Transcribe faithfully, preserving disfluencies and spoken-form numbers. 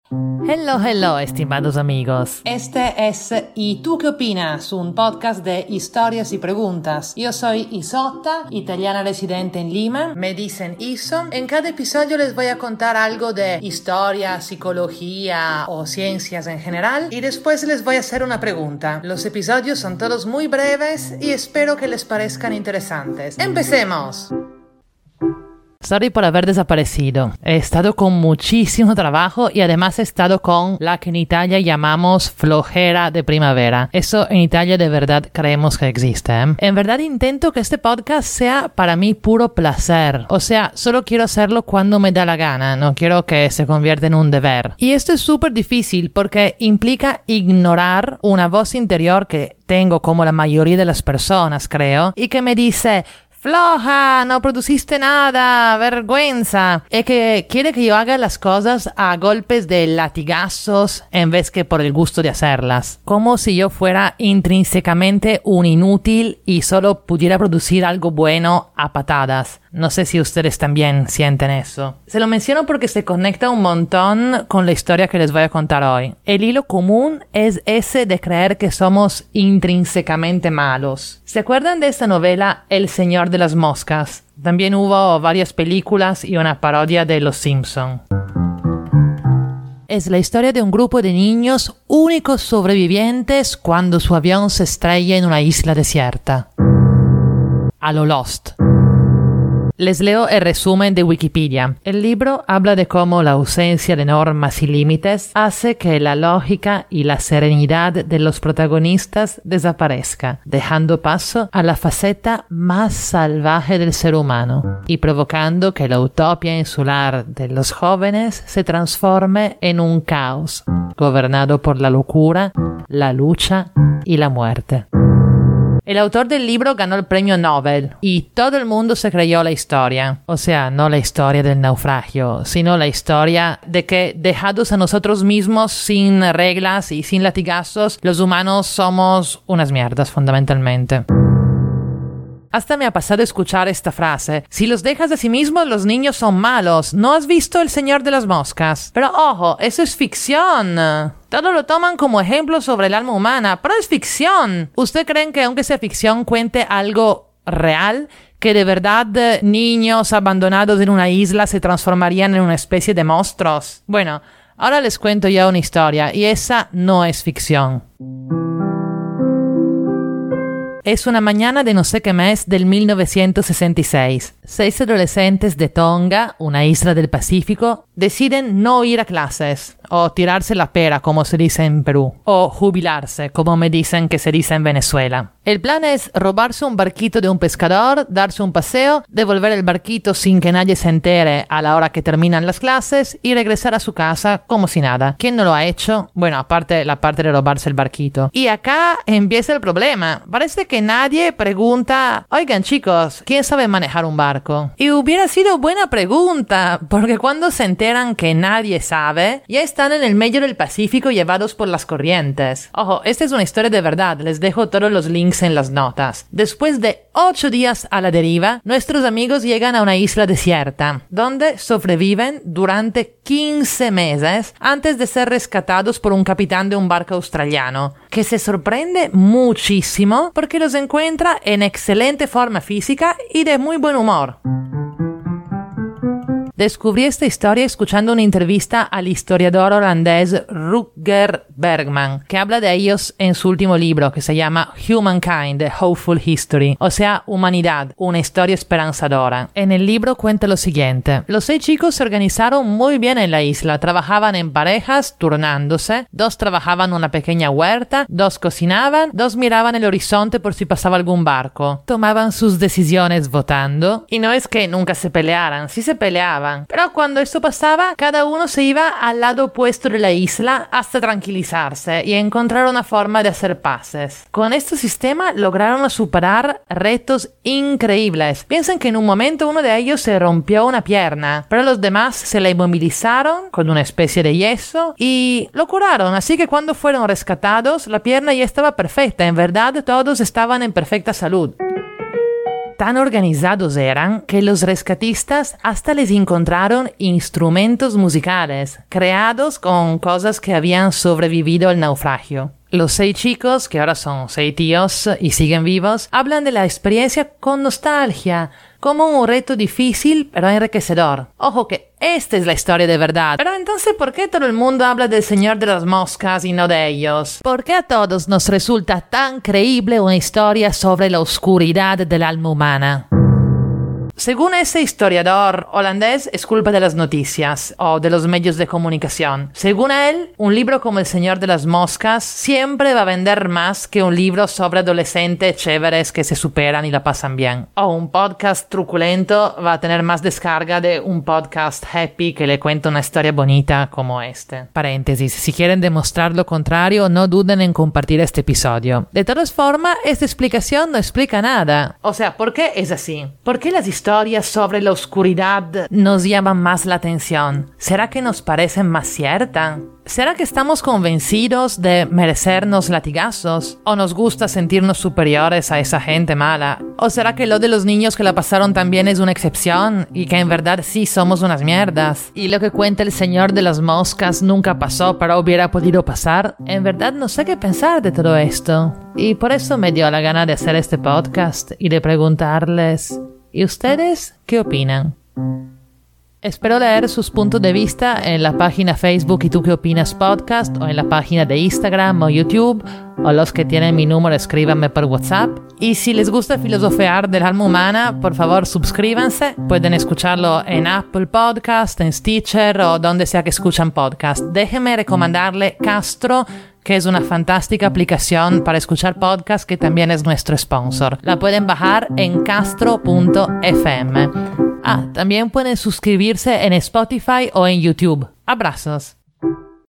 Hello, hello, estimados amigos. Este es ¿Y tú qué opinas? Un podcast de historias y preguntas. Yo soy Isotta, italiana residente en Lima. Me dicen Iso. En cada episodio les voy a contar algo de historia, psicología o ciencias en general. Y después les voy a hacer una pregunta. Los episodios son todos muy breves y espero que les parezcan interesantes. ¡Empecemos! Sorry por haber desaparecido. He estado con muchísimo trabajo y además he estado con la que en Italia llamamos flojera de primavera. Eso en Italia de verdad creemos que existe, ¿eh? En verdad intento que este podcast sea para mí puro placer. O sea, solo quiero hacerlo cuando me da la gana. No quiero que se convierta en un deber. Y esto es súper difícil porque implica ignorar una voz interior que tengo como la mayoría de las personas, creo, y que me dice: floja, no produciste nada, vergüenza. Es que quiere que yo haga las cosas a golpes de latigazos en vez que por el gusto de hacerlas. Como si yo fuera intrínsecamente un inútil y solo pudiera producir algo bueno a patadas. No sé si ustedes también sienten eso. Se lo menciono porque se conecta un montón con la historia que les voy a contar hoy. El hilo común es ese de creer que somos intrínsecamente malos. ¿Se acuerdan de esta novela El Señor de las Moscas? También hubo varias películas y una parodia de Los Simpson. Es la historia de un grupo de niños únicos sobrevivientes cuando su avión se estrella en una isla desierta. A lo Lost. Les leo el resumen de Wikipedia. El libro habla de cómo la ausencia de normas y límites hace que la lógica y la serenidad de los protagonistas desaparezca, dejando paso a la faceta más salvaje del ser humano y provocando que la utopía insular de los jóvenes se transforme en un caos, gobernado por la locura, la lucha y la muerte. El autor del libro ganó el premio Nobel y todo el mundo se creyó la historia. O sea, no la historia del naufragio, sino la historia de que, dejados a nosotros mismos sin reglas y sin latigazos, los humanos somos unas mierdas fundamentalmente. Hasta me ha pasado escuchar esta frase: si los dejas a sí mismos, los niños son malos. ¿No has visto El Señor de las Moscas? Pero ojo, eso es ficción. Todo lo toman como ejemplo sobre el alma humana, pero es ficción. ¿Usted creen que aunque sea ficción cuente algo real? ¿Que de verdad niños abandonados en una isla se transformarían en una especie de monstruos? Bueno, ahora les cuento ya una historia y esa no es ficción. Es una mañana de no sé qué mes del mil novecientos sesenta y seis. Seis adolescentes de Tonga, una isla del Pacífico, deciden no ir a clases, o tirarse la pera, como se dice en Perú, o jubilarse, como me dicen que se dice en Venezuela. El plan es robarse un barquito de un pescador, darse un paseo, devolver el barquito sin que nadie se entere a la hora que terminan las clases y regresar a su casa como si nada. ¿Quién no lo ha hecho? Bueno, aparte la parte de robarse el barquito. Y acá empieza el problema. Parece que nadie pregunta: oigan chicos, ¿quién sabe manejar un barco? Y hubiera sido buena pregunta, porque cuando se enteran que nadie sabe, ya están en el medio del Pacífico llevados por las corrientes. Ojo, esta es una historia de verdad, les dejo todos los links en las notas. Después de ocho días a la deriva, nuestros amigos llegan a una isla desierta, donde sobreviven durante quince meses antes de ser rescatados por un capitán de un barco australiano, que se sorprende muchísimo porque los encuentra en excelente forma física y de muy buen humor. Descubrí esta historia escuchando una entrevista al historiador holandés Rutger Bregman, que habla de ellos en su último libro, que se llama Humankind, The Hopeful History, o sea, Humanidad, una historia esperanzadora. En el libro cuenta lo siguiente: los seis chicos se organizaron muy bien en la isla, trabajaban en parejas, turnándose, dos trabajaban en una pequeña huerta, dos cocinaban, dos miraban el horizonte por si pasaba algún barco, tomaban sus decisiones votando, y no es que nunca se pelearan, sí se peleaban. Pero cuando esto pasaba, cada uno se iba al lado opuesto de la isla hasta tranquilizarse y encontrar una forma de hacer paces. Con este sistema lograron superar retos increíbles. Piensen que en un momento uno de ellos se rompió una pierna, pero los demás se la inmovilizaron con una especie de yeso y lo curaron. Así que cuando fueron rescatados, la pierna ya estaba perfecta. En verdad, todos estaban en perfecta salud. tan organizados eran que los rescatistas hasta les encontraron instrumentos musicales creados con cosas que habían sobrevivido al naufragio. Los seis chicos, que ahora son seis tíos y siguen vivos, hablan de la experiencia con nostalgia, como un reto difícil pero enriquecedor. Ojo que esta es la historia de verdad. Pero entonces, ¿por qué todo el mundo habla del Señor de las Moscas y no de ellos? ¿Por qué a todos nos resulta tan creíble una historia sobre la oscuridad del alma humana? Según ese historiador holandés, es culpa de las noticias o de los medios de comunicación. Según él, un libro como El Señor de las Moscas siempre va a vender más que un libro sobre adolescentes chéveres que se superan y la pasan bien. O un podcast truculento va a tener más descarga de un podcast happy que le cuenta una historia bonita como este. Paréntesis, si quieren demostrar lo contrario, no duden en compartir este episodio. De todas formas, esta explicación no explica nada. O sea, ¿por qué es así? ¿Por qué las historias historias sobre la oscuridad nos llaman más la atención? ¿Será que nos parecen más ciertas? ¿Será que estamos convencidos de merecernos latigazos? ¿O nos gusta sentirnos superiores a esa gente mala? ¿O será que lo de los niños que la pasaron tan bien es una excepción y que en verdad sí somos unas mierdas? ¿Y lo que cuenta el Señor de las Moscas nunca pasó pero hubiera podido pasar? En verdad no sé qué pensar de todo esto. Y por eso me dio la gana de hacer este podcast y de preguntarles: ¿y ustedes qué opinan? Espero leer sus puntos de vista en la página Facebook ¿Y tú qué opinas? Podcast, o en la página de Instagram o YouTube, o los que tienen mi número escríbanme por WhatsApp. Y si les gusta filosofear del alma humana, por favor suscríbanse. Pueden escucharlo en Apple Podcast, en Stitcher o donde sea que escuchan podcast. Déjenme recomendarle Castro, que es una fantástica aplicación para escuchar podcast que también es nuestro sponsor. La pueden bajar en castro punto f m. Ah, también pueden suscribirse en Spotify o en YouTube. Abrazos.